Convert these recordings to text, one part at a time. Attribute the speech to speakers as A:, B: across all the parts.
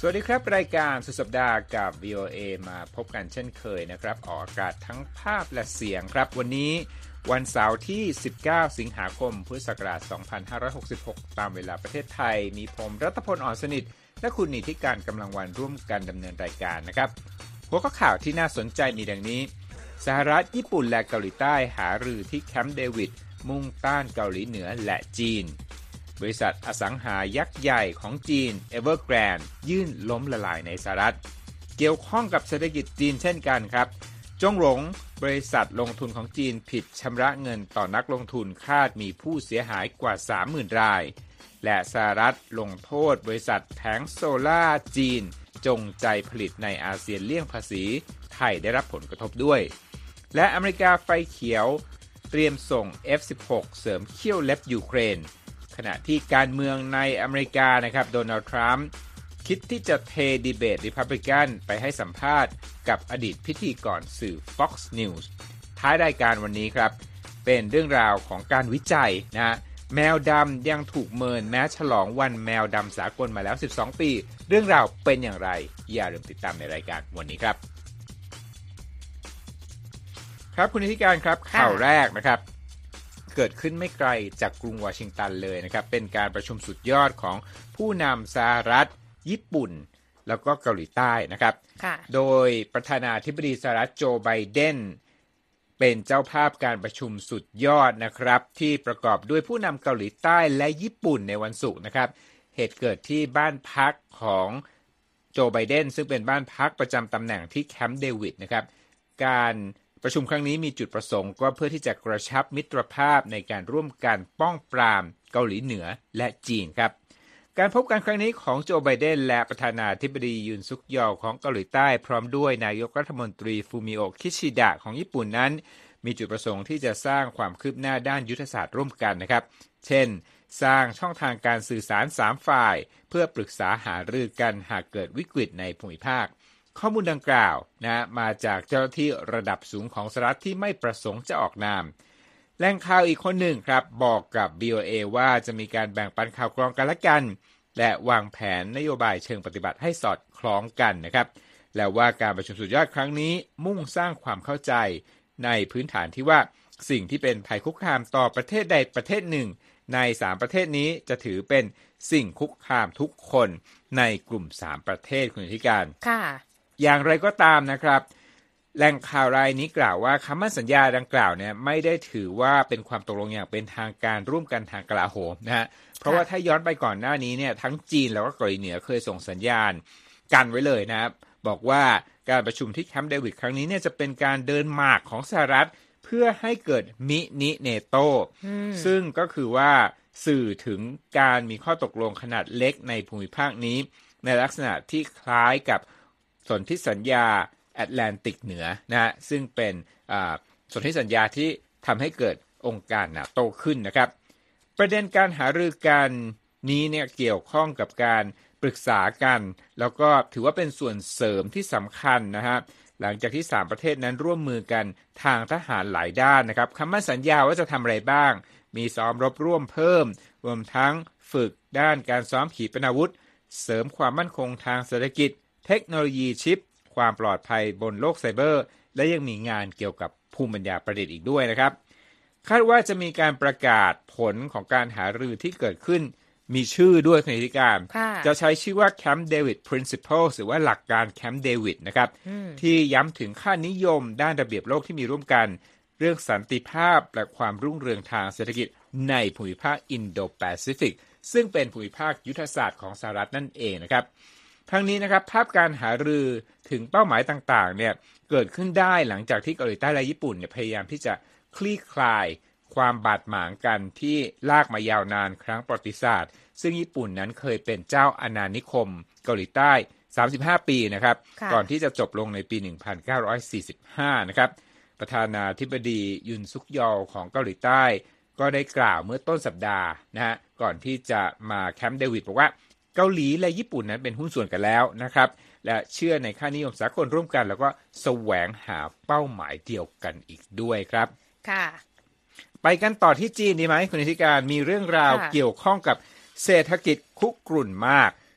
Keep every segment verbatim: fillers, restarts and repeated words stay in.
A: วัสดีครับรายการสุดสัปดาห์กับ วี โอ เอ มาพบกันเช่นเคยนะครับออกอากาศทั้งภาพและเสียงครับวันนี้วันเสาร์ที่สิบเก้าสิงหาคมพุทธศักราชสองพันห้าร้อยหกสิบหกตามเวลาประเทศไทยมีผมรัตพลอ่อนสนิทและคุณนิติการกำลังวันร่วมกันดำเนินรายการนะครับหัวข้อข่าวที่น่าสนใจมีดังนี้สหรัฐญี่ปุ่นและเกาหลีใต้หารือที่แคมป์เดวิดมุ่งต้านเกาหลีเหนือและจีนบริษัทอสังหายักษ์ใหญ่ของจีน Evergrande ยื่นล้มละลายในสหรัฐเกี่ยวข้องกับเศรษฐกิจจีนเช่นกันครับจงหลงบริษัทลงทุนของจีนผิดชำระเงินต่อนักลงทุนคาดมีผู้เสียหายกว่า สามหมื่น รายและสหรัฐลงโทษบริษัทแผงโซล่าจีนจงใจผลิตในอาเซียนเลี่ยงภาษีไทยได้รับผลกระทบด้วยและอเมริกาไฟเขียวเตรียมส่ง เอฟ สิบหก เสริมเขี้ยวเล็บยูเครนขณะที่การเมืองในอเมริกานะครับโดนัลด์ทรัมป์คิดที่จะเทดีเบตริพับลิกันไปให้สัมภาษณ์กับอดีตพิธีกรสื่อ Fox News ท้ายรายการวันนี้ครับเป็นเรื่องราวของการวิจัยนะแมวดำยังถูกเมินแม้ฉลองวันแมวดำสากลมาแล้วสิบสองปีเรื่องราวเป็นอย่างไรอย่าลืมติดตามในรายการวันนี้ครับครับคุณนิติการครับข่าวแรกนะครับเกิดขึ้นไม่ไกลจากกรุงวอชิงตันเลยนะครับเป็นการประชุมสุดยอดของผู้นำสหรัฐญี่ปุ่นแล้วก็เกาหลีใต้นะครับโดยประธานาธิบดีสหรัฐโจไบเดนเป็นเจ้าภาพการประชุมสุดยอดนะครับที่ประกอบด้วยผู้นำเกาหลีใต้และญี่ปุ่นในวันศุกร์นะครับเหตุเกิดที่บ้านพักของโจไบเดนซึ่งเป็นบ้านพักประจำตำแหน่งที่แคมป์เดวิดนะครับการประชุมครั้งนี้มีจุดประสงค์ก็เพื่อที่จะกระชับมิตรภาพในการร่วมกันป้องปรามเกาหลีเหนือและจีนครับการพบกันครั้งนี้ของโจไบเดนและประธานาธิบดียุนซุกยอของเกาหลีใต้พร้อมด้วยนายกรัฐมนตรีฟูมิโอะคิชิดะของญี่ปุ่นนั้นมีจุดประสงค์ที่จะสร้างความคืบหน้าด้านยุทธศาสตร์ร่วมกันนะครับเช่นสร้างช่องทางการสื่อสารสามฝ่ายเพื่อปรึกษาหารือกันหากเกิดวิกฤตในภูมิภาคข้อมูลดังกล่าวนะมาจากเจ้าหน้าที่ระดับสูงของสหรัฐที่ไม่ประสงค์จะออกนามแหล่งข่าวอีกคนหนึ่งครับบอกกับ วี โอ เอ ว่าจะมีการแบ่งปันข่าวกรองกันและกันและวางแผนนโยบายเชิงปฏิบัติให้สอดคล้องกันนะครับและว่าการประชุมสุดยอดครั้งนี้มุ่งสร้างความเข้าใจในพื้นฐานที่ว่าสิ่งที่เป็นภัยคุกคามต่อประเทศใดประเทศหนึ่งในสามประเทศนี้จะถือเป็นสิ่งคุกคามทุกคนในกลุ่มสามประเทศคุณธิการค่ะอย่างไรก็ตามนะครับแหล่งข่าวรายนี้กล่าวว่าคำมั่นสัญญาดังกล่าวเนี่ยไม่ได้ถือว่าเป็นความตกลงอย่างเป็นทางการร่วมกันทางกลาโหมนะฮะเพราะว่าถ้าย้อนไปก่อนหน้านี้เนี่ยทั้งจีนแล้วก็เกาหลีเหนือเคยส่งสัญญาณกันไว้เลยนะครับบอกว่าการประชุมที่แคมป์เดวิดครั้งนี้เนี่ยจะเป็นการเดินหมากของสหรัฐเพื่อให้เกิดมินิเนโตซึ่งก็คือว่าสื่อถึงการมีข้อตกลงขนาดเล็กในภูมิภาคนี้ในลักษณะที่คล้ายกับสนธิสัญญาแอตแลนติกเหนือนะฮะซึ่งเป็นสนธิสัญญาที่ทำให้เกิดองค์การนาโตขึ้นนะครับประเด็นการหารือกันนี้เนี่ยเกี่ยวข้องกับการปรึกษากันแล้วก็ถือว่าเป็นส่วนเสริมที่สำคัญนะฮะหลังจากที่สามประเทศนั้นร่วมมือกันทางทหารหลายด้านนะครับคำมั่นสัญญาว่าจะทำอะไรบ้างมีซ้อมรบร่วมเพิ่มรวมทั้งฝึกด้านการซ้อมขีปนาวุธเสริมความมั่นคงทางเศรษฐกิจเทคโนโลยีชิปความปลอดภัยบนโลกไซเบอร์และยังมีงานเกี่ยวกับภูมิปัญญาประดิษฐ์อีกด้วยนะครับคาดว่าจะมีการประกาศผลของการหารือที่เกิดขึ้นมีชื่อด้วยคณะกรรมการจะใช้ชื่อว่า Camp David Principles หรือว่าหลักการ Camp David นะครับที่ย้ำถึงค่านิยมด้านระเบียบโลกที่มีร่วมกันเรื่องสันติภาพและความรุ่งเรืองทางเศรษฐกิจในภูมิภาคอินโดแปซิฟิกซึ่งเป็นภูมิภาคยุทธศาสตร์ของสหรัฐนั่นเองนะครับทั้งนี้นะครับภาพการหารือถึงเป้าหมายต่างๆเนี่ยเกิดขึ้นได้หลังจากที่เกาหลีใต้และญี่ปุ่นเนี่ยพยายามที่จะคลี่คลายความบาดหมางกันที่ลากมายาวนานครั้งประวัติศาสตร์ซึ่งญี่ปุ่นนั้นเคยเป็นเจ้าอาณานิคมเกาหลีใต้สามสิบห้าปีนะครับก่อนที่จะจบลงในปีหนึ่งพันเก้าร้อยสี่สิบห้านะครับประธานาธิบดียุนซุกยอของเกาหลีใต้ก็ได้กล่าวเมื่อต้นสัปดาห์นะฮะก่อนที่จะมาแคมป์เดวิดบอกว่าเกาหลีและญี่ปุ่นนั้นเป็นหุ้นส่วนกันแล้วนะครับและเชื่อในค่านิยมสากลร่วมกันแล้วก็แสวงหาเป้าหมายเดียวกันอีกด้วยครับค่ะไปกันต่อที่จีนดีไหมคุณนิติการมีเรื่องราวเกี่ยวข้องกับเศรษฐกิจคุกรุ่นมาก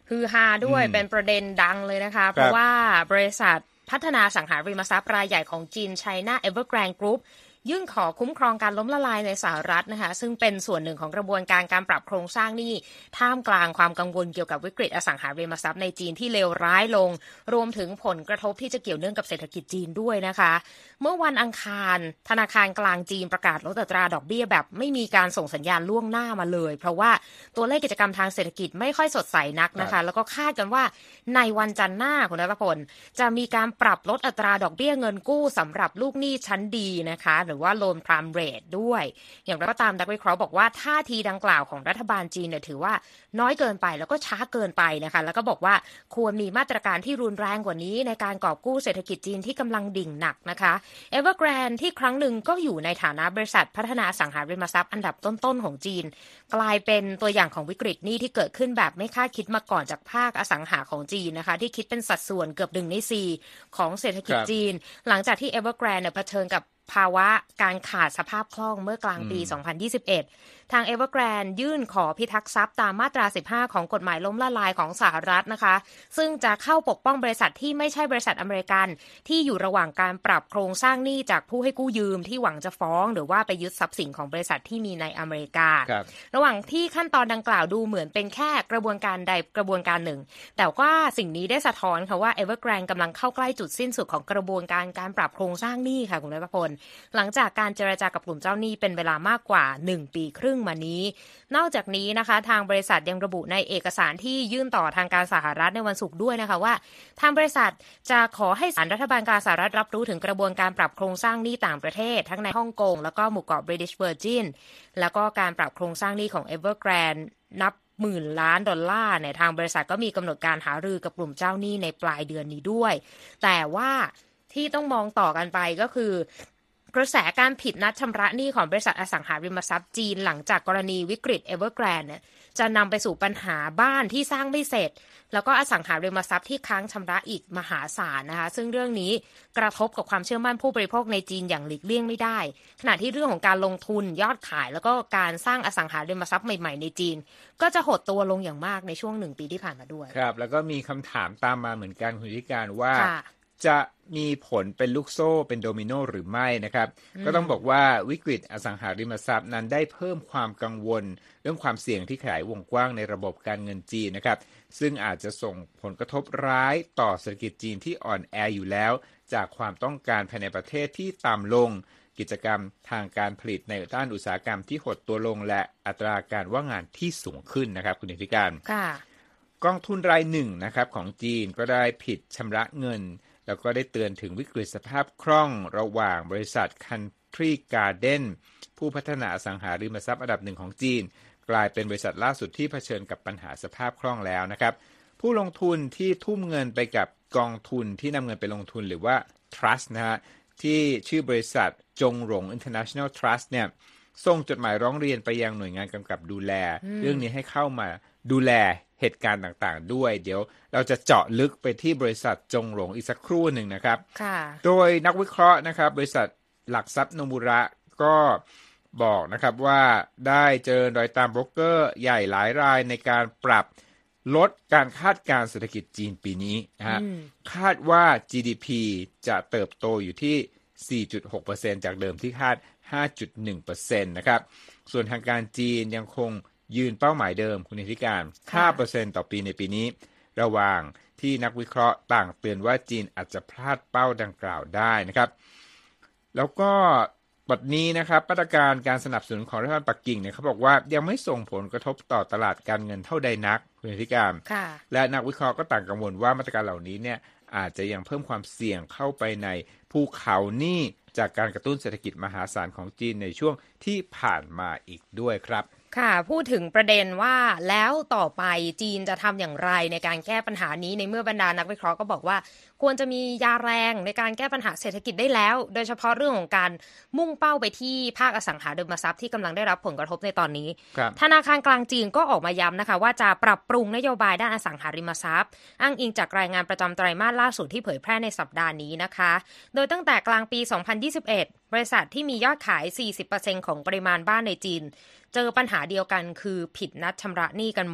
B: ฮือฮาด้วยเป็นประเด็นดังเลยนะคะเพราะว่าบริษัทพัฒนาสังหาริมทรัพย์รายใหญ่ของจีน China Evergrande Group ยื่นขอคุ้มครองการล้มละลายในสหรัฐนะคะซึ่งเป็นส่วนหนึ่งของกระบวนการการปรับโครงสร้างหนี้ท่ามกลางความกังวลเกี่ยวกับวิกฤตอสังหาริมทรัพย์ในจีนที่เลวร้ายลงรวมถึงผลกระทบที่จะเกี่ยวเนื่องกับเศรษฐกิจจีนด้วยนะคะเมื่อวันอังคารธนาคารกลางจีนประกาศลดอัตราดอกเบี้ยแบบไม่มีการส่งสัญญาณล่วงหน้ามาเลยเพราะว่าตัวเลขกิจกรรมทางเศรษฐกิจไม่ค่อยสดใสนักนะคะแล้วก็คาดกันว่าในวันจันทร์หน้าคุณณัฐพลจะมีการปรับลดอัตราดอกเบี้ยเงินกู้สำหรับลูกหนี้ชั้นดีนะคะหรือว่า loan prime rate ด้วยอย่างไรก็ตามนักวิเคราะห์บอกว่าท่าทีดังกล่าวของรัฐบาลจีนเนี่ยถือว่าน้อยเกินไปแล้วก็ช้าเกินไปนะคะแล้วก็บอกว่าควรมีมาตรการที่รุนแรงกว่านี้ในการกอบกู้เศรษฐกิจจีนที่กำลังดิ่งหนักนะคะ Evergrande ที่ครั้งหนึ่งก็อยู่ในฐานะบริษัทพัฒนาอสังหาริมทรัพย์อันดับต้นๆของจีนกลายเป็นตัวอย่างของวิกฤตหนี้ที่เกิดขึ้นแบบไม่คาดคิดมาก่อนจากภาคอสังหาของจีนนะคะที่คิดเป็นสัดส่วนเกือบหนึ่งในสี่ของเศรษฐกิจจีนหลังจากที่ Evergrande เนี่ยเผชิญกับภาวะการขาดสภาพคล่องเมื่อกลางปีสองพันยี่สิบเอ็ดทาง Evergrande ยื่นขอพิทักษ์ทรัพย์ตามมาตราสิบห้าของกฎหมายล้มละลายของสหรัฐนะคะซึ่งจะเข้าปกป้องบริษัทที่ไม่ใช่บริษัทอเมริกันที่อยู่ระหว่างการปรับโครงสร้างหนี้จากผู้ให้กู้ยืมที่หวังจะฟ้องหรือว่าไปยึดทรัพย์สินของบริษัทที่มีในอเมริการะระหว่างที่ขั้นตอนดังกล่าวดูเหมือนเป็นแค่กระบวนการใดกระบวนการหนึ่งแต่ว่าสิ่งนี้ได้สะท้อนค่ะว่า Evergrande กำลังเข้าใกล้จุดสิ้นสุดของกระบวนการการปรับโครงสร้างหนี้ค่ะคุณณัฐพลหลังจากการเจรจากับกลุ่มเจ้าหนี้เป็นเวลามากกว่าหนึ่งปีครึ่งมานี้นอกจากนี้นะคะทางบริษัทยังระบุในเอกสารที่ยื่นต่อทางการสหรัฐในวันศุกร์ด้วยนะคะว่าทางบริษัทจะขอให้ศาลรัฐบาลกลางสหรัฐรับรู้ถึงกระบวนการปรับโครงสร้างหนี้ต่างประเทศทั้งในฮ่องกงแล้วก็หมู่เกาะ British Virgin แล้วก็การปรับโครงสร้างหนี้ของ Evergrande นับหมื่นล้านดอลลาร์เนี่ยทางบริษัทก็มีกำหนดการหารือกับกลุ่มเจ้าหนี้ในปลายเดือนนี้ด้วยแต่ว่าที่ต้องมองต่อกันไปก็คือกระแสการผิดนัดชำระหนี้ของบริษัทอสังหาริมทรัพย์จีนหลังจากกรณีวิกฤต Evergrande เนี่ยจะนำไปสู่ปัญหาบ้านที่สร้างไม่เสร็จแล้วก็อสังหาริมทรัพย์ที่ค้างชำระอีกมหาศาลนะคะซึ่งเรื่องนี้กระทบกับความเชื่อมั่นผู้บริโภคในจีนอย่างหลีกเลี่ยงไม่ได้ขณะที่เรื่องของการลงทุนยอดขายแล้วก็การสร้างอสังหาริมทรัพย์ใหม่ๆในจีนก็จะหดตัวลงอย่างมากในช่วงหนึ่งปีที่ผ่านมาด้วย
A: ครับแล้วก็มีคำถามตามมาเหมือนกันคุณธิการว่าจะมีผลเป็นลูกโซ่เป็นโดมิโนหรือไม่นะครับก็ต้องบอกว่าวิกฤตอสังหาริมทรัพย์นั้นได้เพิ่มความกังวลเรื่องความเสี่ยงที่ขยายวงกว้างในระบบการเงินจีนนะครับซึ่งอาจจะส่งผลกระทบร้ายต่อเศรษฐกิจจีนที่อ่อนแออยู่แล้วจากความต้องการภายในประเทศที่ต่ำลงกิจกรรมทางการผลิตในด้านอุตสาหกรรมที่หดตัวลงและอัตราการว่างงานที่สูงขึ้นนะครับคุณธิการกองทุนรายหนึ่งนะครับของจีนก็ได้ผิดชำระเงินแล้วก็ได้เตือนถึงวิกฤตสภาพคล่องระหว่างบริษัท Country Garden ผู้พัฒนาอสังหาริมทรัพย์อันดับหนึ่งของจีนกลายเป็นบริษัทล่าสุดที่เผชิญกับปัญหาสภาพคล่องแล้วนะครับผู้ลงทุนที่ทุ่มเงินไปกับกองทุนที่นำเงินไปลงทุนหรือว่า Trust นะฮะที่ชื่อบริษัทจงหลง International Trust เนี่ยส่งจดหมายร้องเรียนไปยังหน่วยงานกำกับดูแลเรื่องนี้ให้เข้ามาดูแลเหตุการณ์ต่างๆด้วยเดี๋ยวเราจะเจาะลึกไปที่บริษัทจงหลงอีกสักครู่หนึ่งนะครับโดยนักวิเคราะห์นะครับบริษัทหลักทรัพย์โนมุระก็บอกนะครับว่าได้เจอรอยตามโบรกเกอร์ใหญ่หลายรายในการปรับลดการคาดการณ์เศรษฐกิจจีนปีนี้นะฮะคาดว่า จี ดี พี จะเติบโตอยู่ที่ สี่จุดหกเปอร์เซ็นต์ จากเดิมที่คาด ห้าจุดหนึ่งเปอร์เซ็นต์ นะครับส่วนทางการจีนยังคงยืนเป้าหมายเดิมคุณธิการ ห้าเปอร์เซ็นต์ ต่อปีในปีนี้ระหว่างที่นักวิเคราะห์ต่างเตือนว่าจีนอาจจะพลาดเป้าดังกล่าวได้นะครับแล้วก็บัดนี้นะครับมาตรการการสนับสนุนของรัฐบาลปักกิ่งเนี่ยเขาบอกว่ายังไม่ส่งผลกระทบต่อตลาดการเงินเท่าใดนักคุณธิการและนักวิเคราะห์ก็ต่างกังวลว่ามาตรการเหล่านี้เนี่ยอาจจะยังเพิ่มความเสี่ยงเข้าไปในภูเขาหนี้จากการกระตุ้นเศรษฐกิจมหาศาลของจีนในช่วงที่ผ่านมาอีกด้วยครับ
B: ค่ะพูดถึงประเด็นว่าแล้วต่อไปจีนจะทำอย่างไรในการแก้ปัญหานี้ในเมื่อบรรดานักวิเคราะห์ก็บอกว่าควรจะมียาแรงในการแก้ปัญหาเศรษฐกิจได้แล้วโดยเฉพาะเรื่องของการมุ่งเป้าไปที่ภาคอสังหาริมทรัพย์ที่กำลังได้รับผลกระทบในตอนนี้ธนาคารกลางจีนก็ออกมาย้ำนะคะว่าจะปรับปรุงนโยบายด้านอสังหาริมทรัพย์อ้างอิงจากรายงานประจำไตรมาสล่าสุดที่เผยแพร่ในสัปดาห์นี้นะคะโดยตั้งแต่กลางปีสองพันยี่สิบเอ็ดบริษัทที่มียอดขาย สี่สิบเปอร์เซ็นต์ ของปริมาณบ้านในจีนเจอปัญหาเดียวกันคือผิดนัดชำระหนี้กันหมด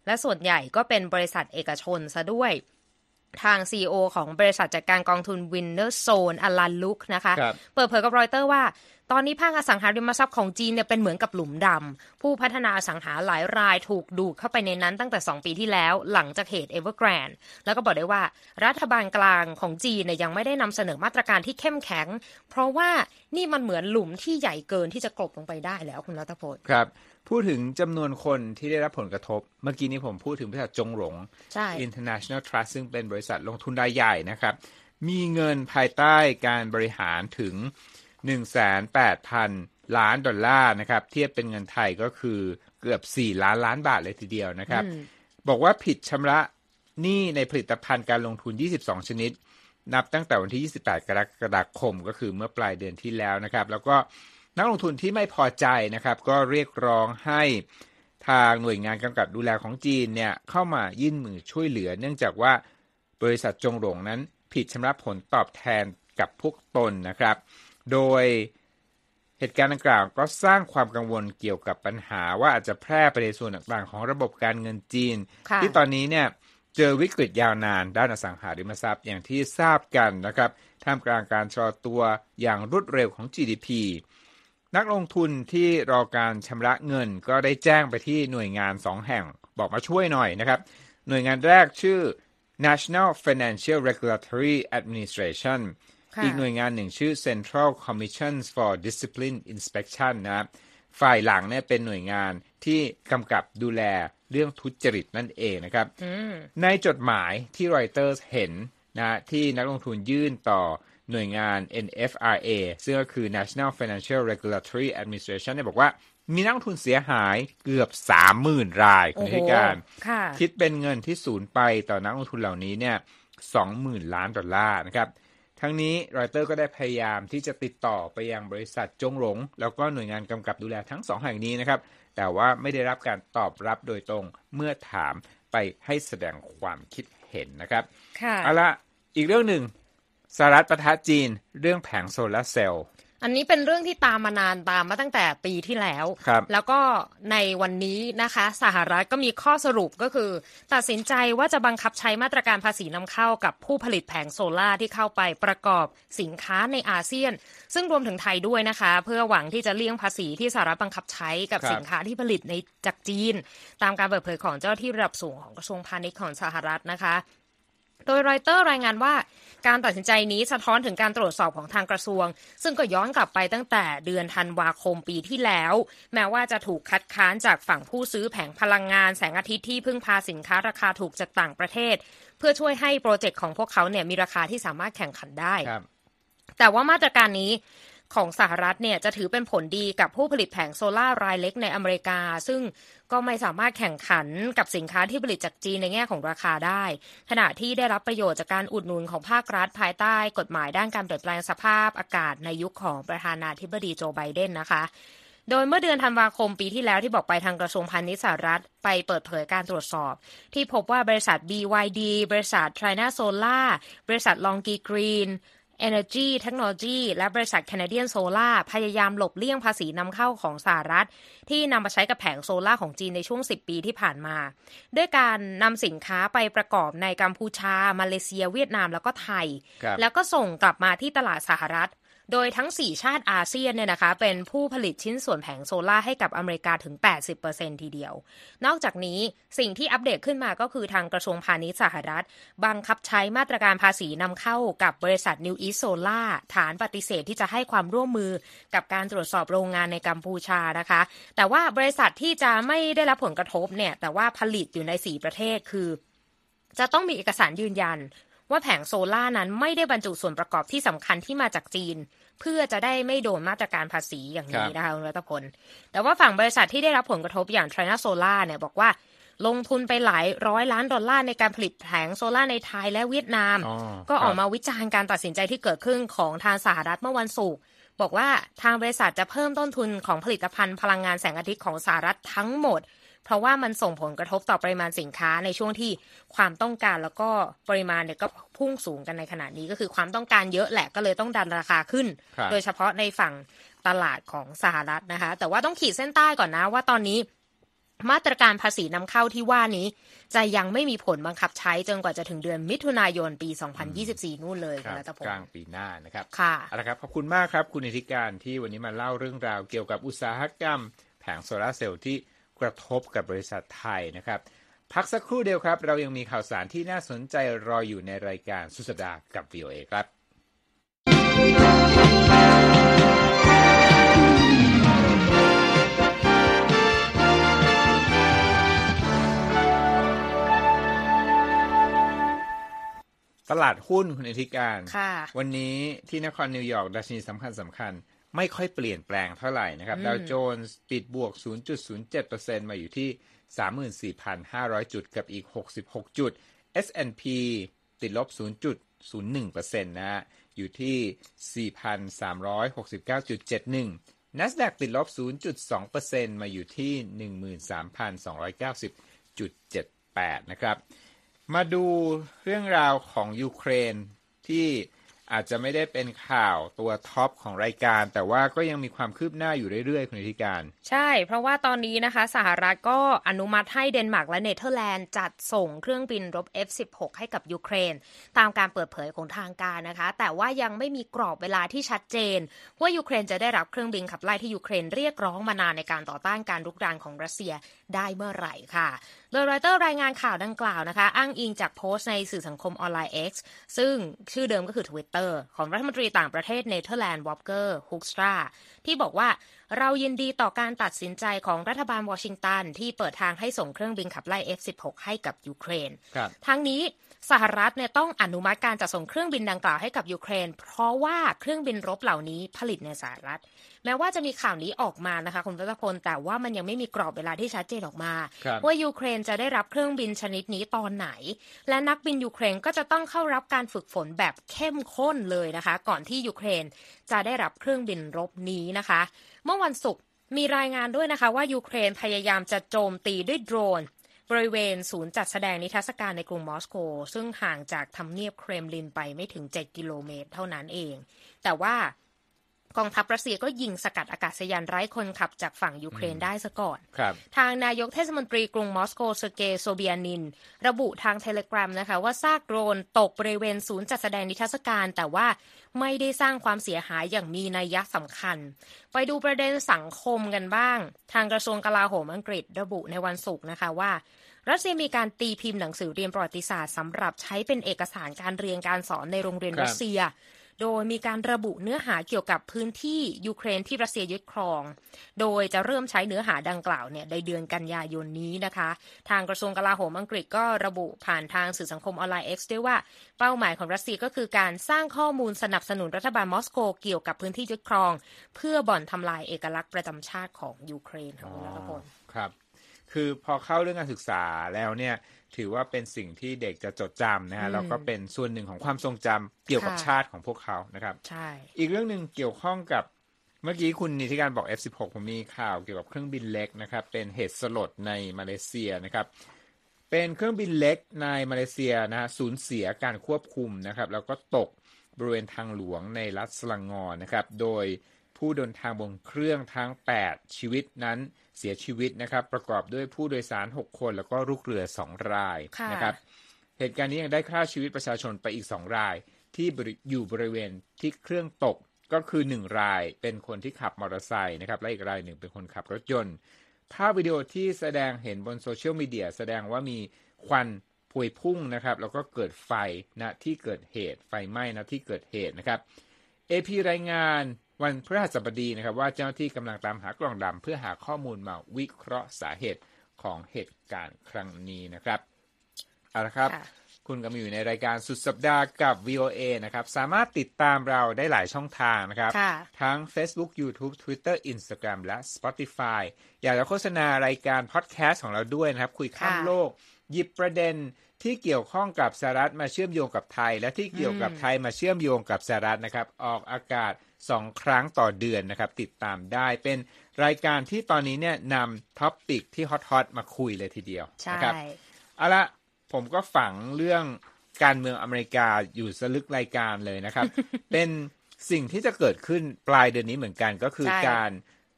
B: และส่วนใหญ่ก็เป็นบริษัทเอกชนซะด้วยทาง ซี อี โอ ของบริษัทจัดการกองทุน Winterzone อลันลุกนะคะเปิดเผยกับรอยเตอร์ว่าตอนนี้ภาคอสังหาริมทรัพย์ของจีนเนี่ยเป็นเหมือนกับหลุมดำผู้พัฒนาอสังหาหลายรายถูกดูดเข้าไปในนั้นตั้งแต่สองปีที่แล้วหลังจากเหตุ Evergrande แล้วก็บอกได้ว่ารัฐบาลกลางของจีนเนี่ยยังไม่ได้นำเสนอมาตรการที่เข้มแข็งเพราะว่านี่มันเหมือนหลุมที่ใหญ่เกินที่จะกลบลงไปได้แล้วคุณรัตพล
A: ครับพูดถึงจำนวนคนที่ได้รับผลกระทบเมื่อกี้นี้ผมพูดถึงบริษัทจงหลง International Trust ซึ่งเป็นบริษัทลงทุนรายใหญ่นะครับมีเงินภายใต้การบริหารถึง หนึ่งแสนแปดพัน ล้านดอลลาร์นะครับเทียบเป็นเงินไทยก็คือเกือบสี่ล้านล้านบาทเลยทีเดียวนะครับบอกว่าผิดชำระหนี้ในผลิตภัณฑ์การลงทุนยี่สิบสองชนิดนับตั้งแต่วันที่ยี่สิบแปดกรกฎาคมก็คือเมื่อปลายเดือนที่แล้วนะครับแล้วก็นักลงทุนที่ไม่พอใจนะครับก็เรียกร้องให้ทางหน่วยงานกำกับดูแลของจีนเนี่ยเข้ามายื่นมือช่วยเหลือเนื่องจากว่าบริษัทจงหลงนั้นผิดชำระผลตอบแทนกับพวกตนนะครับโดยเหตุการณ์ดังกล่าวก็สร้างความกังวลเกี่ยวกับปัญหาว่าอาจจะแพร่ไปในส่วนต่างๆของระบบการเงินจีนที่ตอนนี้เนี่ยเจอวิกฤตยาวนานด้านอสังหาริมทรัพย์อย่างที่ทราบกันนะครับท่ามกลางการชะลอตัวอย่างรวดเร็วของ จี ดี พี นักลงทุนที่รอการชำระเงินก็ได้แจ้งไปที่หน่วยงานสองแห่งบอกมาช่วยหน่อยนะครับหน่วยงานแรกชื่อ National Financial Regulatory Administration อีกหน่วยงานหนึ่งชื่อ Central Commission for Discipline Inspection นะครับฝ่ายหลังเนี่ยเป็นหน่วยงานที่กำกับดูแลเรื่องทุจริตนั่นเองนะครับในจดหมายที่รอยเตอร์เห็นนะที่นักลงทุนยื่นต่อหน่วยงาน เอ็น เอฟ อาร์ เอ ซึ่งก็คือ National Financial Regulatory Administration เนี่ยบอกว่ามีนักลงทุนเสียหายเกือบ สามหมื่น รายคุณธิการคิดเป็นเงินที่สูญไปต่อนักลงทุนเหล่านี้เนี่ย สองหมื่น ล้านดอลลาร์นะครับทั้งนี้รอยเตอร์ก็ได้พยายามที่จะติดต่อไปยังบริษัทจงหลงแล้วก็หน่วยงานกำกับดูแลทั้งสองแห่งนี้นะครับแต่ว่าไม่ได้รับการตอบรับโดยตรงเมื่อถามไปให้แสดงความคิดเห็นนะครับเอาละอีกเรื่องหนึ่งสหรัฐปะทะจีนเรื่องแผงโซลาร์เซลล์
B: อันนี้เป็นเรื่องที่ตามมานานตามมาตั้งแต่ปีที่แล้วแล้วก็ในวันนี้นะคะสหรัฐก็มีข้อสรุปก็คือตัดสินใจว่าจะบังคับใช้มาตรการภาษีนำเข้ากับผู้ผลิตแผงโซล่าที่เข้าไปประกอบสินค้าในอาเซียนซึ่งรวมถึงไทยด้วยนะคะเพื่อหวังที่จะเลี่ยงภาษีที่สหรัฐบังคับใช้กับสินค้าที่ผลิตในจากจีนตามการเปิดเผยของเจ้าหน้าที่ระดับสูงของกระทรวงพาณิชย์ของสหรัฐนะคะโดยรอยเตอร์รายงานว่าการตัดสินใจนี้สะท้อนถึงการตรวจสอบของทางกระทรวงซึ่งก็ย้อนกลับไปตั้งแต่เดือนธันวาคมปีที่แล้วแม้ว่าจะถูกคัดค้านจากฝั่งผู้ซื้อแผงพลังงานแสงอาทิตย์ที่พึ่งพาสินค้าราคาถูกจากต่างประเทศเพื่อช่วยให้โปรเจกต์ของพวกเขาเนี่ยมีราคาที่สามารถแข่งขันได้แต่ว่ามาตรการนี้ของสหรัฐเนี่ยจะถือเป็นผลดีกับผู้ผลิตแผงโซล่ารายเล็กในอเมริกาซึ่งก็ไม่สามารถแข่งขันกับสินค้าที่ผลิตจากจีนในแง่ของราคาได้ขณะที่ได้รับประโยชน์จากการอุดหนุนของภาครัฐภายใต้กฎหมายด้านการเปลี่ยนแปลงสภาพอากาศในยุคของประธานาธิบดีโจไบเดนนะคะโดยเมื่อเดือนธันวาคมปีที่แล้วที่บอกไปทางกระทรวงพาณิชย์สหรัฐไปเปิดเผยการตรวจสอบที่พบว่าบริษัท บี วาย ดี บริษัท China Solar บริษัท Longi Green Energy Technology และบริษัท Canadian Solar พยายามหลบเลี่ยงภาษีนำเข้าของสหรัฐที่นำมาใช้กับแผงโซล่าของจีนในช่วงสิบปีที่ผ่านมาด้วยการนำสินค้าไปประกอบในกัมพูชามาเลเซียเวียดนามแล้วก็ไทยแล้วก็ส่งกลับมาที่ตลาดสหรัฐโดยทั้งสี่ชาติอาเซียนเนี่ยนะคะเป็นผู้ผลิตชิ้นส่วนแผงโซล่าให้กับอเมริกาถึง แปดสิบเปอร์เซ็นต์ ทีเดียวนอกจากนี้สิ่งที่อัปเดตขึ้นมาก็คือทางกระทรวงพาณิชย์สหรัฐบังคับใช้มาตรการภาษีนำเข้ากับบริษัท New East Solar ฐานปฏิเสธที่จะให้ความร่วมมือกับการตรวจสอบโรงงานในกัมพูชานะคะแต่ว่าบริษัทที่จะไม่ได้รับผลกระทบเนี่ยแต่ว่าผลิตอยู่ในสี่ประเทศคือจะต้องมีเอกสารยืนยันว่าแผงโซล่านั้นไม่ได้บรรจุส่วนประกอบที่สำคัญที่มาจากจีนเพื่อจะได้ไม่โดนมาตรการภาษีอย่างนี้นะคะคุณรัตพลแต่ว่าฝั่งบริษัทที่ได้รับผลกระทบอย่าง China Solar เนี่ยบอกว่าลงทุนไปหลายร้อยล้านดอลลาร์ในการผลิตแผงโซล่าในไทยและเวียดนามก็ออกมาวิจารณ์การตัดสินใจที่เกิดขึ้นของทางสหรัฐเมื่อวันศุกร์บอกว่าทางบริษัทจะเพิ่มต้นทุนของผลิตภัณฑ์พลังงานแสงอาทิตย์ของสหรัฐทั้งหมดเพราะว่ามันส่งผลกระทบต่อปริมาณสินค้าในช่วงที่ความต้องการแล้วก็ปริมาณเนี่ยก็พุ่งสูงกันในขณะนี้ก็คือความต้องการเยอะแหละก็เลยต้องดันราคาขึ้นโดยเฉพาะในฝั่งตลาดของสหรัฐนะคะแต่ว่าต้องขีดเส้นใต้ก่อนนะว่าตอนนี้มาตรการภาษีนำเข้าที่ว่านี้จะยังไม่มีผลบังคับใช้จนกว่าจะถึงเดือนมิถุนายนปีสองพันยี่สิบสี่นู่นเลยคุณรัตพงศ์
A: กลางปีหน้านะครับ
B: ค่ะ
A: เอาละครับขอบคุณมากครับคุณนิติการที่วันนี้มาเล่าเรื่องราวเกี่ยวกับอุตสาหกรรมแผงโซลาร์เซลล์ที่กระทบกับบริษัทไทยนะครับพักสักครู่เดียวครับเรายังมีข่าวสารที่น่าสนใจรออยู่ในรายการสุดสัปดาห์กับ วี โอ เอ ครับตลาดหุ้นคุณอธิการวันนี้ที่นครนิวยอร์กดัชนีสำคัญสำคัญไม่ค่อยเปลี่ยนแปลงเท่าไหร่นะครับดาวโจนส์ปิดบวก ศูนย์จุดศูนย์เจ็ดเปอร์เซ็นต์ มาอยู่ที่ สามหมื่นสี่พันห้าร้อย จุดกับอีกหกสิบหกจุด เอส แอนด์ พี ติดลบ ศูนย์จุดศูนย์หนึ่งเปอร์เซ็นต์ นะฮะอยู่ที่ สี่พันสามร้อยหกสิบเก้าจุดเจ็ดหนึ่ง NASDAQ ติดลบ ศูนย์จุดสองเปอร์เซ็นต์ มาอยู่ที่ หนึ่งหมื่นสามพันสองร้อยเก้าสิบจุดเจ็ดแปด นะครับมาดูเรื่องราวของยูเครนที่อาจจะไม่ได้เป็นข่าวตัวท็อปของรายการแต่ว่าก็ยังมีความคืบหน้าอยู่เรื่อยๆคุณธิการ
B: ใช่เพราะว่าตอนนี้นะคะสหรัฐก็อนุมัติให้เดนมาร์กและเนเธอร์แลนด์จัดส่งเครื่องบินรบ เอฟ สิบหก ให้กับยูเครนตามการเปิดเผยของทางการนะคะแต่ว่ายังไม่มีกรอบเวลาที่ชัดเจนว่ายูเครนจะได้รับเครื่องบินขับไล่ที่ยูเครนเรียกร้องมานานในการต่อต้านการรุกรานของรัสเซียได้เมื่อไหร่ค่ะโดยรอยเตอร์รายงานข่าวดังกล่าวนะคะอ้างอิงจากโพสต์ในสื่อสังคมออนไลน์ X ซึ่งชื่อเดิมก็คือ Twitter ของรัฐมนตรีต่างประเทศเนเธอร์แลนด์วอล์กเกอร์ฮุกสตราที่บอกว่าเรายินดีต่อการตัดสินใจของรัฐบาลวอชิงตันที่เปิดทางให้ส่งเครื่องบินขับไล่ เอฟ สิบหก ให้กับยูเครนทั้งนี้สหรัฐเนี่ยต้องอนุมัติการจัดส่งเครื่องบินดังกล่าวให้กับยูเครนเพราะว่าเครื่องบินรบเหล่านี้ผลิตในสหรัฐแม้ว่าจะมีข่าวนี้ออกมานะคะคุณรัตพลแต่ว่ามันยังไม่มีกรอบเวลาที่ชัดเจนออกมาว่ายูเครนจะได้รับเครื่องบินชนิดนี้ตอนไหนและนักบินยูเครนก็จะต้องเข้ารับการฝึกฝนแบบเข้มข้นเลยนะคะก่อนที่ยูเครนจะได้รับเครื่องบินรบนี้นะคะเมื่อวันศุกร์มีรายงานด้วยนะคะว่ายูเครนพยายามจะโจมตีด้วยโดรนบริเวณศูนย์จัดแสดงนิทรรศการในกรุงมอสโกซึ่งห่างจากทำเนียบเครมลินไปไม่ถึงเจ็ดกิโลเมตรเท่านั้นเองแต่ว่ากองทัพรัสเซียก็ยิงสกัดอากาศยานไร้คนขับจากฝั่งยูเครนได้ซะก่อนทางนายกเทศมนตรีกรุงมอสโกเซอร์เกย์โซเบียนินระบุทางเทเลกราฟนะคะว่าซากโดรนตกบริเวณศูนย์จัดแสดงนิทรรศการแต่ว่าไม่ได้สร้างความเสียหายอย่างมีนัยสำคัญไปดูประเด็นสังคมกันบ้างทางกระทรวงกลาโหมอังกฤษระบุในวันศุกร์นะคะว่ารัสเซียมีการตีพิมพ์หนังสือเรียนประวัติศาสตร์สำหรับใช้เป็นเอกสารการเรียนการสอนในโรงเรียนรัสเซียโดยมีการระบุเนื้อหาเกี่ยวกับพื้นที่ยูเครนที่รัสเซียยึดครองโดยจะเริ่มใช้เนื้อหาดังกล่าวเนี่ยในเดือนกันยายนนี้นะคะทางกระทรวงกลาโหมอังกฤษก็ระบุผ่านทางสื่อสังคมออนไลน์ X ด้วยว่าเป้าหมายของรัสเซียก็คือการสร้างข้อมูลสนับสนุนรัฐบาลมอสโกเกี่ยวกับพื้นที่ยึดครองเพื่อบ่อนทำลายเอกลักษณ์ประจำชาติของยูเครนค่ะคุณรัตพล
A: ครับคือพอเข้าเรื่องการศึกษาแล้วเนี่ยถือว่าเป็นสิ่งที่เด็กจะจดจำนะฮะแล้วก็เป็นส่วนหนึ่งของความทรงจำเกี่ยวกับชาติของพวกเขานะครับ
B: ใช่
A: อีกเรื่องนึงเกี่ยวข้องกับเมื่อกี้คุณนิติการบอก เอฟ สิบหก ผมมีข่าวเกี่ยวกับเครื่องบินเล็กนะครับเป็นเหตุสลดในมาเลเซียนะครับเป็นเครื่องบินเล็กในมาเลเซียนะฮะสูญเสียการควบคุมนะครับแล้วก็ตกบริเวณทางหลวงในรัฐสลังงอนะครับโดยผู้เดินทางบนเครื่องทั้งแปดชีวิตนั้นเสียชีวิตนะครับประกอบด้วยผู้โดยสารหกคนแล้วก็ลูกเรือสองรายนะครับเหตุการณ์นี้ยังได้ฆ่าชีวิตประชาชนไปอีกสองรายที่อยู่บริเวณที่เครื่องตกก็คือหนึ่งรายเป็นคนที่ขับมอเตอร์ไซค์นะครับและอีกรายหนึ่งเป็นคนขับรถยนต์ภาพวิดีโอที่แสดงเห็นบนโซเชียลมีเดียแสดงว่ามีควันพวยพุ่งนะครับแล้วก็เกิดไฟณที่เกิดเหตุไฟไหม้ณที่เกิดเหตุนะครับ เอ พี รายงานวันพฤหัสบดีนะครับว่าเจ้าหน้าที่กำลังตามหากล่องดำเพื่อหาข้อมูลมาวิเคราะห์สาเหตุของเหตุการณ์ครั้งนี้นะครับเอาละครับคุณกำลังอยู่ในรายการสุดสัปดาห์กับ วี โอ เอ นะครับสามารถติดตามเราได้หลายช่องทางนะครับทั้ง Facebook YouTube Twitter Instagram และ Spotify อยากจะโฆษณารายการพอดแคสต์ของเราด้วยนะครับคุยข้ามโลกหยิบประเด็นที่เกี่ยวข้องกับสหรัฐมาเชื่อมโยงกับไทยและที่เกี่ยวกับไทยมาเชื่อมโยงกับสหรัฐนะครับออกอากาศสองครั้งต่อเดือนนะครับติดตามได้เป็นรายการที่ตอนนี้เนี่ยนำท็อปปิกที่ฮอตๆมาคุยเลยทีเดียวนะครับเอาละผมก็ฝังเรื่องการเมืองอเมริกาอยู่สลึกรายการเลยนะครับ เป็นสิ่งที่จะเกิดขึ้นปลายเดือนนี้เหมือนกันก็คือการ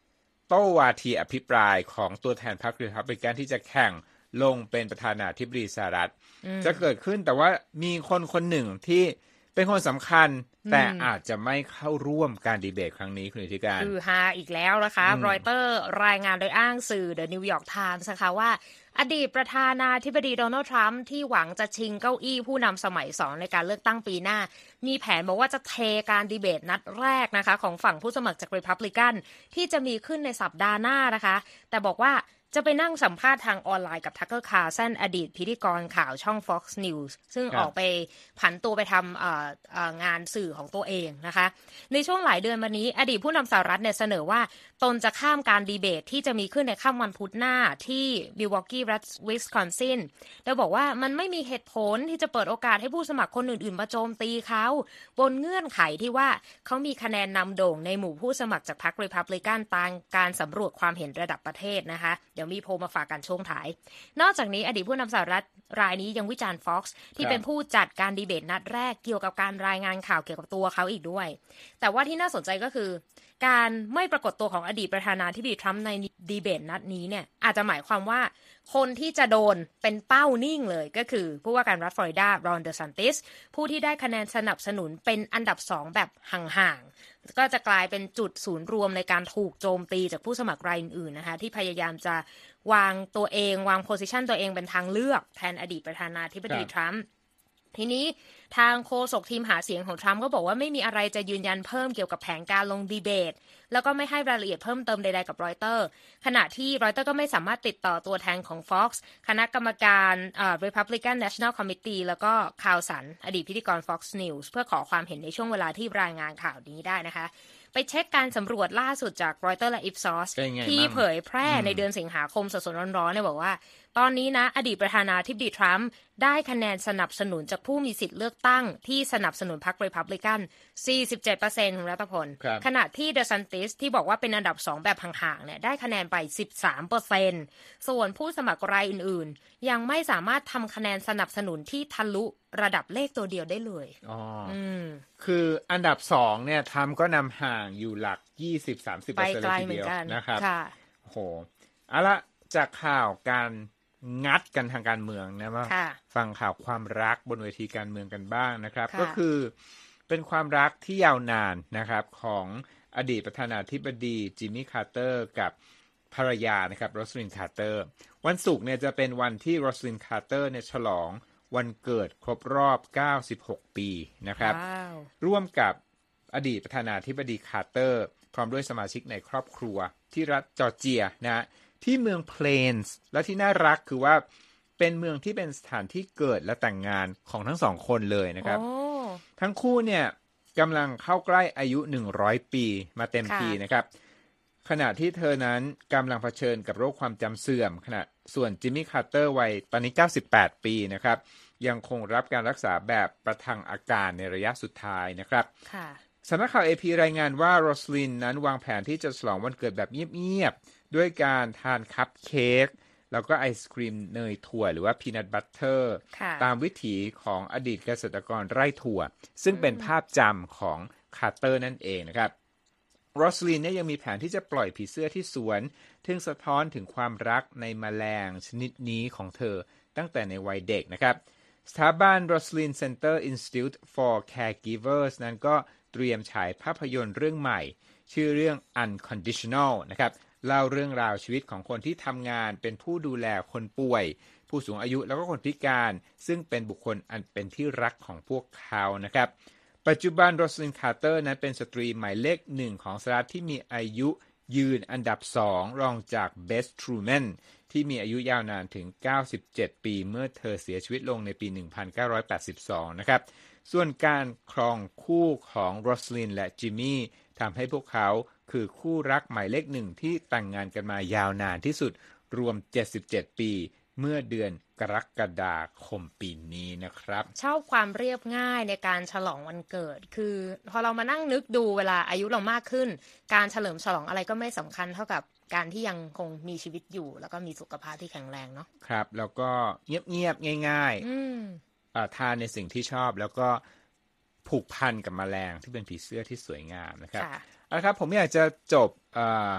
A: โต้วาทีอภิปรายของตัวแทนพรรครีพับลิกันที่จะแข่งลงเป็นประธานาธิบดีสหรัฐจะเกิดขึ้นแต่ว่ามีคนคนหนึ่งที่เป็นคนสำคัญแต่อาจจะไม่เข้าร่วมการดีเบตครั้งนี้คุณธิการ
B: คือฮาอีกแล้วนะคะรอยเตอร์รายงานโดยอ้างสื่อ The New York Times นะคะว่าอดีตประธานาธิบดีโดนัลด์ทรัมป์ที่หวังจะชิงเก้าอี้ผู้นำสมัยสองในการเลือกตั้งปีหน้ามีแผนบอกว่าจะเทการดีเบตนัดแรกนะคะของฝั่งผู้สมัครจาก Republican ที่จะมีขึ้นในสัปดาห์หน้านะคะแต่บอกว่าจะไปนั่งสัมภาษณ์ทางออนไลน์กับทักเกอร์คาร์สันอดีตพิธีกรข่าวช่อง Fox News ซึ่งออกไปผันตัวไปทำงานสื่อของตัวเองนะคะในช่วงหลายเดือนมานี้อดีตผู้นำสหรัฐเนี่ยเสนอว่าตนจะข้ามการดีเบตที่จะมีขึ้นในค่ำวันพุธหน้าที่มิลวอกกี้รัฐวิสคอนซินโดยบอกว่ามันไม่มีเหตุผลที่จะเปิดโอกาสให้ผู้สมัครคนอื่นๆมาโจมตีเขาบนเงื่อนไขที่ว่าเขามีคะแนนนำโด่งในหมู่ผู้สมัครจากพรรครีพับลิกันตามการสำรวจความเห็นระดับประเทศนะคะเดี๋ยวมีโพลมาฝากกันช่วงท้ายนอกจากนี้อดีตผู้นำสหรัฐรายนี้ยังวิจารณ์ Fox ที่เป็นผู้จัดการดีเบตนัดแรกเกี่ยวกับการรายงานข่าวเกี่ยวกับตัวเขาอีกด้วยแต่ว่าที่น่าสนใจก็คือการไม่ปรากฏตัวของอดีตประธานาธิบดีทรัมป์ในดีเบตนัดนี้เนี่ยอาจจะหมายความว่าคนที่จะโดนเป็นเป้านิ่งเลยก็คือผู้ว่าการรัฐฟลอริดารอนเดซันติสผู้ที่ได้คะแนนสนับสนุนเป็นอันดับสองแบบห่างๆก็จะกลายเป็นจุดศูนย์รวมในการถูกโจมตีจากผู้สมัครรายอื่นๆนะคะที่พยายามจะวางตัวเองวางโพสิชันตัวเองเป็นทางเลือกแทนอดีตประธานาธิบดีทรัมป์ทีนี้ทางโฆษกทีมหาเสียงของทรัมป์ก็บอกว่าไม่มีอะไรจะยืนยันเพิ่มเกี่ยวกับแผนการลงดีเบตแล้วก็ไม่ให้รายละเอียดเพิ่มเติมใดๆกับรอยเตอร์ขณะที่รอยเตอร์ก็ไม่สามารถติดต่อตัวแทนของ Fox คณะกรรมการเอ่อ Republican National Committee แล้วก็คาร์ลสันอดีตพิธีกร Fox News เพื่อขอความเห็นในช่วงเวลาที่รายงานข่าวนี้ได้นะคะไปเช็คการสำรวจล่าสุดจากรอยเตอร์และ Ipsos ที่เผยแพร่ในเดือนสิงหาคมสดๆร้อนๆเนี่ยบอกว่าตอนนี้นะอดีตประธานาธิบดีทรัมป์ได้คะแนนสนับสนุนจากผู้มีสิทธิ์เลือกตั้งที่สนับสนุนพรรครีพับลิกัน สี่สิบเจ็ดเปอร์เซ็นต์ ของรัฐพลขณะที่เดซันติสที่บอกว่าเป็นอันดับสองแบบห่างๆเนี่ยได้คะแนนไป สิบสามเปอร์เซ็นต์ ส่วนผู้สมัครรายอื่นๆยังไม่สามารถทำคะแนนสนับสนุนที่ทะลุระดับเลขตัวเดียวได้เลย
A: อ๋ออืมคืออันดับสองเนี่ยทำก็นำห่างอยู่หลัก ยี่สิบถึงสามสิบเปอร์เซ็นต์ เลยทีเดียวนะครับโอ้โหเอาละจากข่าวการงัดกันทางการเมืองนะว่าฟังข่าวความรักบนเวทีการเมืองกันบ้างนะครับก็คือเป็นความรักที่ยาวนานนะครับของอดีตประธานาธิบดีจิมมี่คาร์เตอร์กับภรรยานะครับโรสลินคาร์เตอร์วันศุกร์เนี่ยจะเป็นวันที่โรสลินคาร์เตอร์เนี่ยฉลองวันเกิดครบรอบเก้าสิบหกปีนะครับ wow. ร่วมกับอดีตประธานาธิบดีคาร์เตอร์พร้อมด้วยสมาชิกในครอบครัวที่รัฐจอร์เจียนะที่เมืองเพลนส์และที่น่ารักคือว่าเป็นเมืองที่เป็นสถานที่เกิดและแต่งงานของทั้งสองคนเลยนะครับ oh. ทั้งคู่เนี่ยกำลังเข้าใกล้อายุหนึ่งร้อยปีมาเต็มทีนะครับขณะที่เธอนั้นกำลังเผชิญกับโรคความจำเสื่อมขณะส่วนจิมมี่คาร์เตอร์วัยตอนนี้เก้าสิบแปดปีนะครับยังคงรับการรักษาแบบประทังอาการในระยะสุดท้ายนะครับสำนักข่าว เอ พี รายงานว่าโรสลินนั้นวางแผนที่จะฉลองวันเกิดแบบเงียบๆด้วยการทานคัพเค้กแล้วก็ไอศกรีมเนยถั่วหรือว่าพีนัทบัตเตอร์ตามวิถีของอดีตเกษตรกรไร่ถั่วซึ่งเป็นภาพจำของคาร์เตอร์นั่นเองนะครับโรสลินเนี่ยยังมีแผนที่จะปล่อยผีเสื้อที่สวนซึ่งสะท้อนถึงความรักในแมลงชนิดนี้ของเธอตั้งแต่ในวัยเด็กนะครับสถาบัน Roslin Center Institute for Caregivers นั้นก็เตรียมฉายภาพยนตร์เรื่องใหม่ชื่อเรื่อง Unconditional นะครับเล่าเรื่องราวชีวิตของคนที่ทำงานเป็นผู้ดูแลคนป่วยผู้สูงอายุแล้วก็คนพิการซึ่งเป็นบุคคลอันเป็นที่รักของพวกเขานะครับปัจจุบันโรสลินคาร์เตอร์นั้นเป็นสตรีหมายเลขหนึ่งของสหรัฐที่มีอายุยืนอันดับสองรองจากเบสทรูแมนที่มีอายุยาวนานถึงเก้าสิบเจ็ดปีเมื่อเธอเสียชีวิตลงในปีหนึ่งพันเก้าร้อยแปดสิบสองนะครับส่วนการครองคู่ของโรสลินและจิมมี่ทำให้พวกเขาคือคู่รักหมายเลขหนึ่งที่แต่งงานกันมายาวนานที่สุดรวมเจ็ดสิบเจ็ดปีเมื่อเดือนกรกฎาคมปีนี้นะครับ
B: ชอบความเรียบง่ายในการฉลองวันเกิดคือพอเรามานั่งนึกดูเวลาอายุเรามากขึ้นการเฉลิมฉลองอะไรก็ไม่สำคัญเท่ากับการที่ยังคงมีชีวิตอยู่แล้วก็มีสุขภาพที่แข็งแรงเนาะ
A: ครับแล้วก็เงียบๆง่ายๆทานในสิ่งที่ชอบแล้วก็ผูกพันกับแมลงที่เป็นผีเสื้อที่สวยงามนะครับเอาละครับผมอยากจะจบ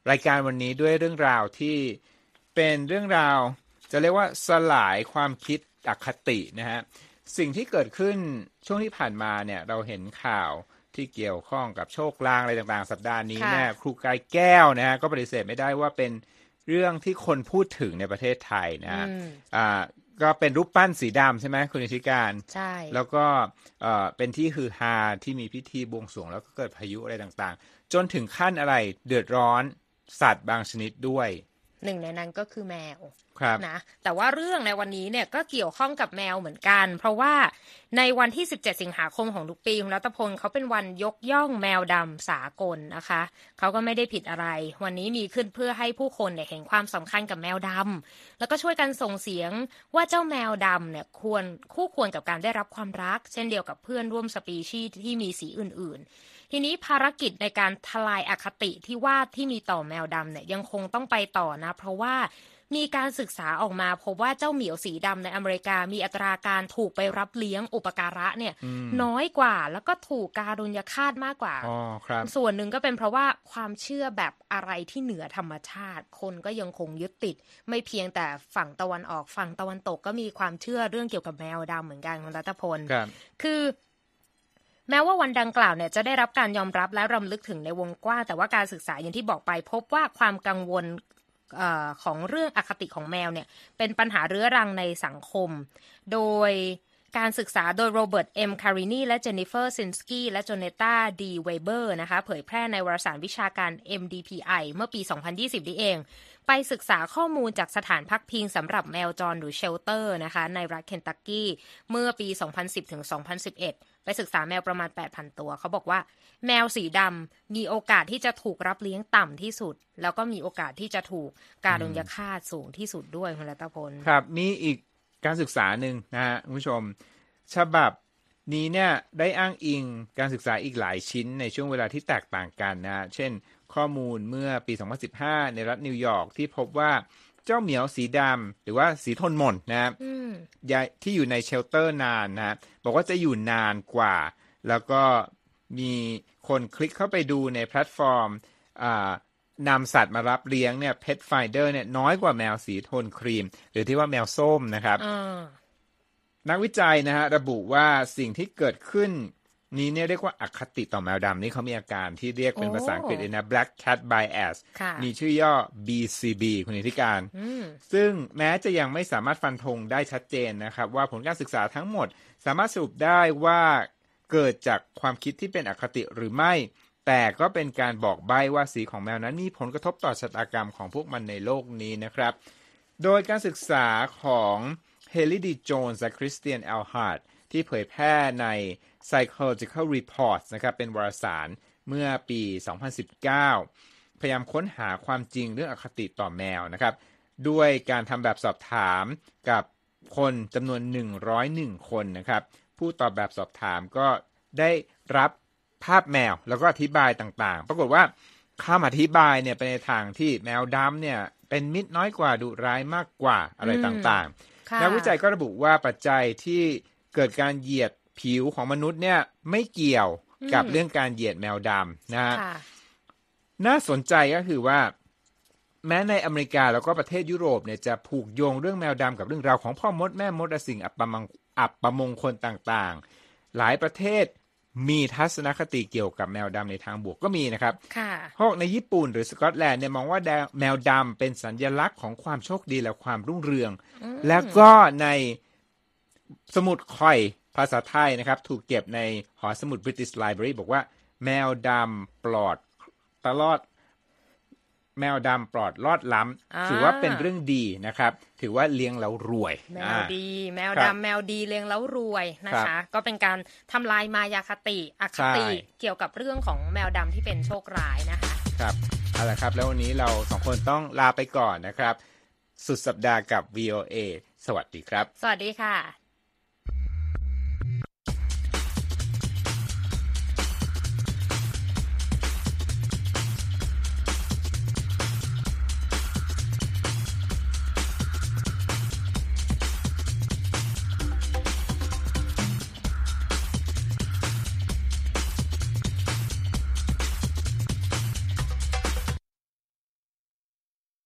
A: รายการวันนี้ด้วยเรื่องราวที่เป็นเรื่องราวจะเรียกว่าสลายความคิดอคตินะฮะสิ่งที่เกิดขึ้นช่วงที่ผ่านมาเนี่ยเราเห็นข่าวที่เกี่ยวข้องกับโชคลางอะไรต่างๆสัปดาห์นี้เนี่ยครูกายแก้วนะฮะก็ปฏิเสธไม่ได้ว่าเป็นเรื่องที่คนพูดถึงในประเทศไทยนะฮะอ่าก็เป็นรูปปั้นสีดำใช่ไหมคุณนิติการ
B: ใช่
A: แล้วก็เอ่อเป็นที่ฮือฮาที่มีพิธีบวงสรวงแล้วก็เกิดพายุอะไรต่างๆจนถึงขั้นอะไรเดือดร้อนสัตว์บางชนิดด้วย
B: หนึ่งในนั้นก็คือแมว
A: นะ
B: แต่ว่าเรื่องในวันนี้เนี่ยก็เกี่ยวข้องกับแมวเหมือนกันเพราะว่าในวันที่สิบเจ็ดสิงหาคมของทุกปีคุณรัตพลเขาเป็นวันยกย่องแมวดำสากลนะคะเขาก็ไม่ได้ผิดอะไรวันนี้มีขึ้นเพื่อให้ผู้คนเนี่ยเห็นความสำคัญกับแมวดำแล้วก็ช่วยกันส่งเสียงว่าเจ้าแมวดำเนี่ยควรคู่ควรกับการได้รับความรักเช่นเดียวกับเพื่อนร่วมสปีชีส์ที่มีสีอื่นๆทีนี้ภารกิจในการทลายอคติที่ว่าที่มีต่อแมวดำเนี่ยยังคงต้องไปต่อนะเพราะว่ามีการศึกษาออกมาพบว่าเจ้าเหมียวสีดำในอเมริกามีอัตราการถูกไปรับเลี้ยงอุปการะเนี่ยน้อยกว่าแล้วก็ถูกการุญยฆาตมากกว่า
A: อ๋อครับ
B: ส่วนหนึ่งก็เป็นเพราะว่าความเชื่อแบบอะไรที่เหนือธรรมชาติคนก็ยังคงยึดติดไม่เพียงแต่ฝั่งตะวันออกฝั่งตะวันตกก็มีความเชื่อเรื่องเกี่ยวกับแมวดำเหมือนกันคุณรัตพลคือแม้ว่าวันดังกล่าวเนี่ยจะได้รับการยอมรับและรำลึกถึงในวงกว้างแต่ว่าการศึกษาอย่างที่บอกไปพบว่าความกังวลเอ่อของเรื่องอคติของแมวเนี่ยเป็นปัญหาเรื้อรังในสังคมโดยการศึกษาโดยโรเบิร์ตเอ็มคารินีและเจนนิเฟอร์ซินสกี้และโจเนต้าดีเวเบอร์นะคะเผยแพร่ในวารสารวิชาการ เอ็ม ดี พี ไอ เมื่อปีสองพันยี่สิบนี้เองไปศึกษาข้อมูลจากสถานพักพิงสำหรับแมวจรหรือเชลเตอร์นะคะในรัฐเคนตักกี้เมื่อปีสองพันสิบถึงสองพันสิบเอ็ดไปศึกษาแมวประมาณ แปดพัน ตัวเขาบอกว่าแมวสีดำมีโอกาสที่จะถูกรับเลี้ยงต่ำที่สุดแล้วก็มีโอกาสที่จะถูกการุญยฆาตสูงที่สุดด้วยคุณรัตพล
A: ครับมีอีกการศึกษาหนึ่งนะฮะคุณผู้ชมฉบับนี้เนี่ยได้อ้างอิงการศึกษาอีกหลายชิ้นในช่วงเวลาที่แตกต่างกันนะเช่นข้อมูลเมื่อปีสองพันสิบห้าในรัฐนิวยอร์กที่พบว่าเจ้าเหมียวสีดำหรือว่าสีทนหม่นนะที่อยู่ในเชลเตอร์นานนะบอกว่าจะอยู่นานกว่าแล้วก็มีคนคลิกเข้าไปดูในแพลตฟอร์มนำสัตว์มารับเลี้ยงเนี่ย Pet Finder เนี่ยน้อยกว่าแมวสีโทนครีมหรือที่ว่าแมวส้มนะครับนักวิจัยนะฮะระบุว่าสิ่งที่เกิดขึ้นนี้เนี่ยเรียกว่าอคติต่อแมวดำนี่เขามีอาการที่เรียกเป็นภาษาอังกฤษนะ Black Cat Bias มีชื่อย่อ บี ซี บี คุณนิติการซึ่งแม้จะยังไม่สามารถฟันธงได้ชัดเจนนะครับว่าผลการศึกษาทั้งหมดสามารถสรุปได้ว่าเกิดจากความคิดที่เป็นอคติหรือไม่แต่ก็เป็นการบอกใบ้ว่าสีของแมวนั้นมีผลกระทบต่อชะตากรรมของพวกมันในโลกนี้นะครับโดยการศึกษาของเฮลิดีโจนส์และคริสเตียนแอลฮาร์ดที่เผยแพร่ใน Psychological Reports นะครับเป็นวารสารเมื่อปีสองพันสิบเก้าพยายามค้นหาความจริงเรื่องอคติต่อแมวนะครับด้วยการทำแบบสอบถามกับคนจำนวนหนึ่งร้อยเอ็ดคนนะครับผู้ตอบแบบสอบถามก็ได้รับภาพแมวแล้วก็อธิบายต่างๆปรากฏว่าคำอธิบายเนี่ยไปในทางที่แมวดำเนี่ยเป็นมิตรน้อยกว่าดุร้ายมากกว่าอะไรต่างๆนักวิจัยก็ระบุว่าปัจจัยที่เกิดการเหยียดผิวของมนุษย์เนี่ยไม่เกี่ยวกับเรื่องการเหยียดแมวดำนะฮะน่าสนใจก็คือว่าแม้ในอเมริกาแล้วก็ประเทศยุโรปเนี่ยจะผูกโยงเรื่องแมวดำกับเรื่องราวของพ่อมดแม่มดและสิ่งอัปมงอัปมงคลต่างๆหลายประเทศมีทัศนคติเกี่ยวกับแมวดำในทางบวกก็มีนะครับพวกในญี่ปุ่นหรือสกอตแลนด์เนี่ยมองว่าแมวดำเป็นสัญลักษณ์ของความโชคดีและความรุ่งเรืองแล้วก็ในสมุดข่อยภาษาไทยนะครับถูกเก็บในหอสมุด British Library บอกว่าแมวดำปลอดตลอดแมวดำปลอดลอดล้ำถือว่าเป็นเรื่องดีนะครับถือว่าเลี้ยงแล้วรวย
B: แมวดีแมวดำแมวดีเลี้ยงแล้วรวยนะคะก็เป็นการทำลายมายาคติอคติเกี่ยวกับเรื่องของแมวดำที่เป็นโชคร้ายนะคะ
A: ครับเอาล่ะครับแล้ววันนี้เราสองคนต้องลาไปก่อนนะครับสุดสัปดาห์กับ วี โอ เอ สวัสดีครับ
B: สวัสดีค่ะ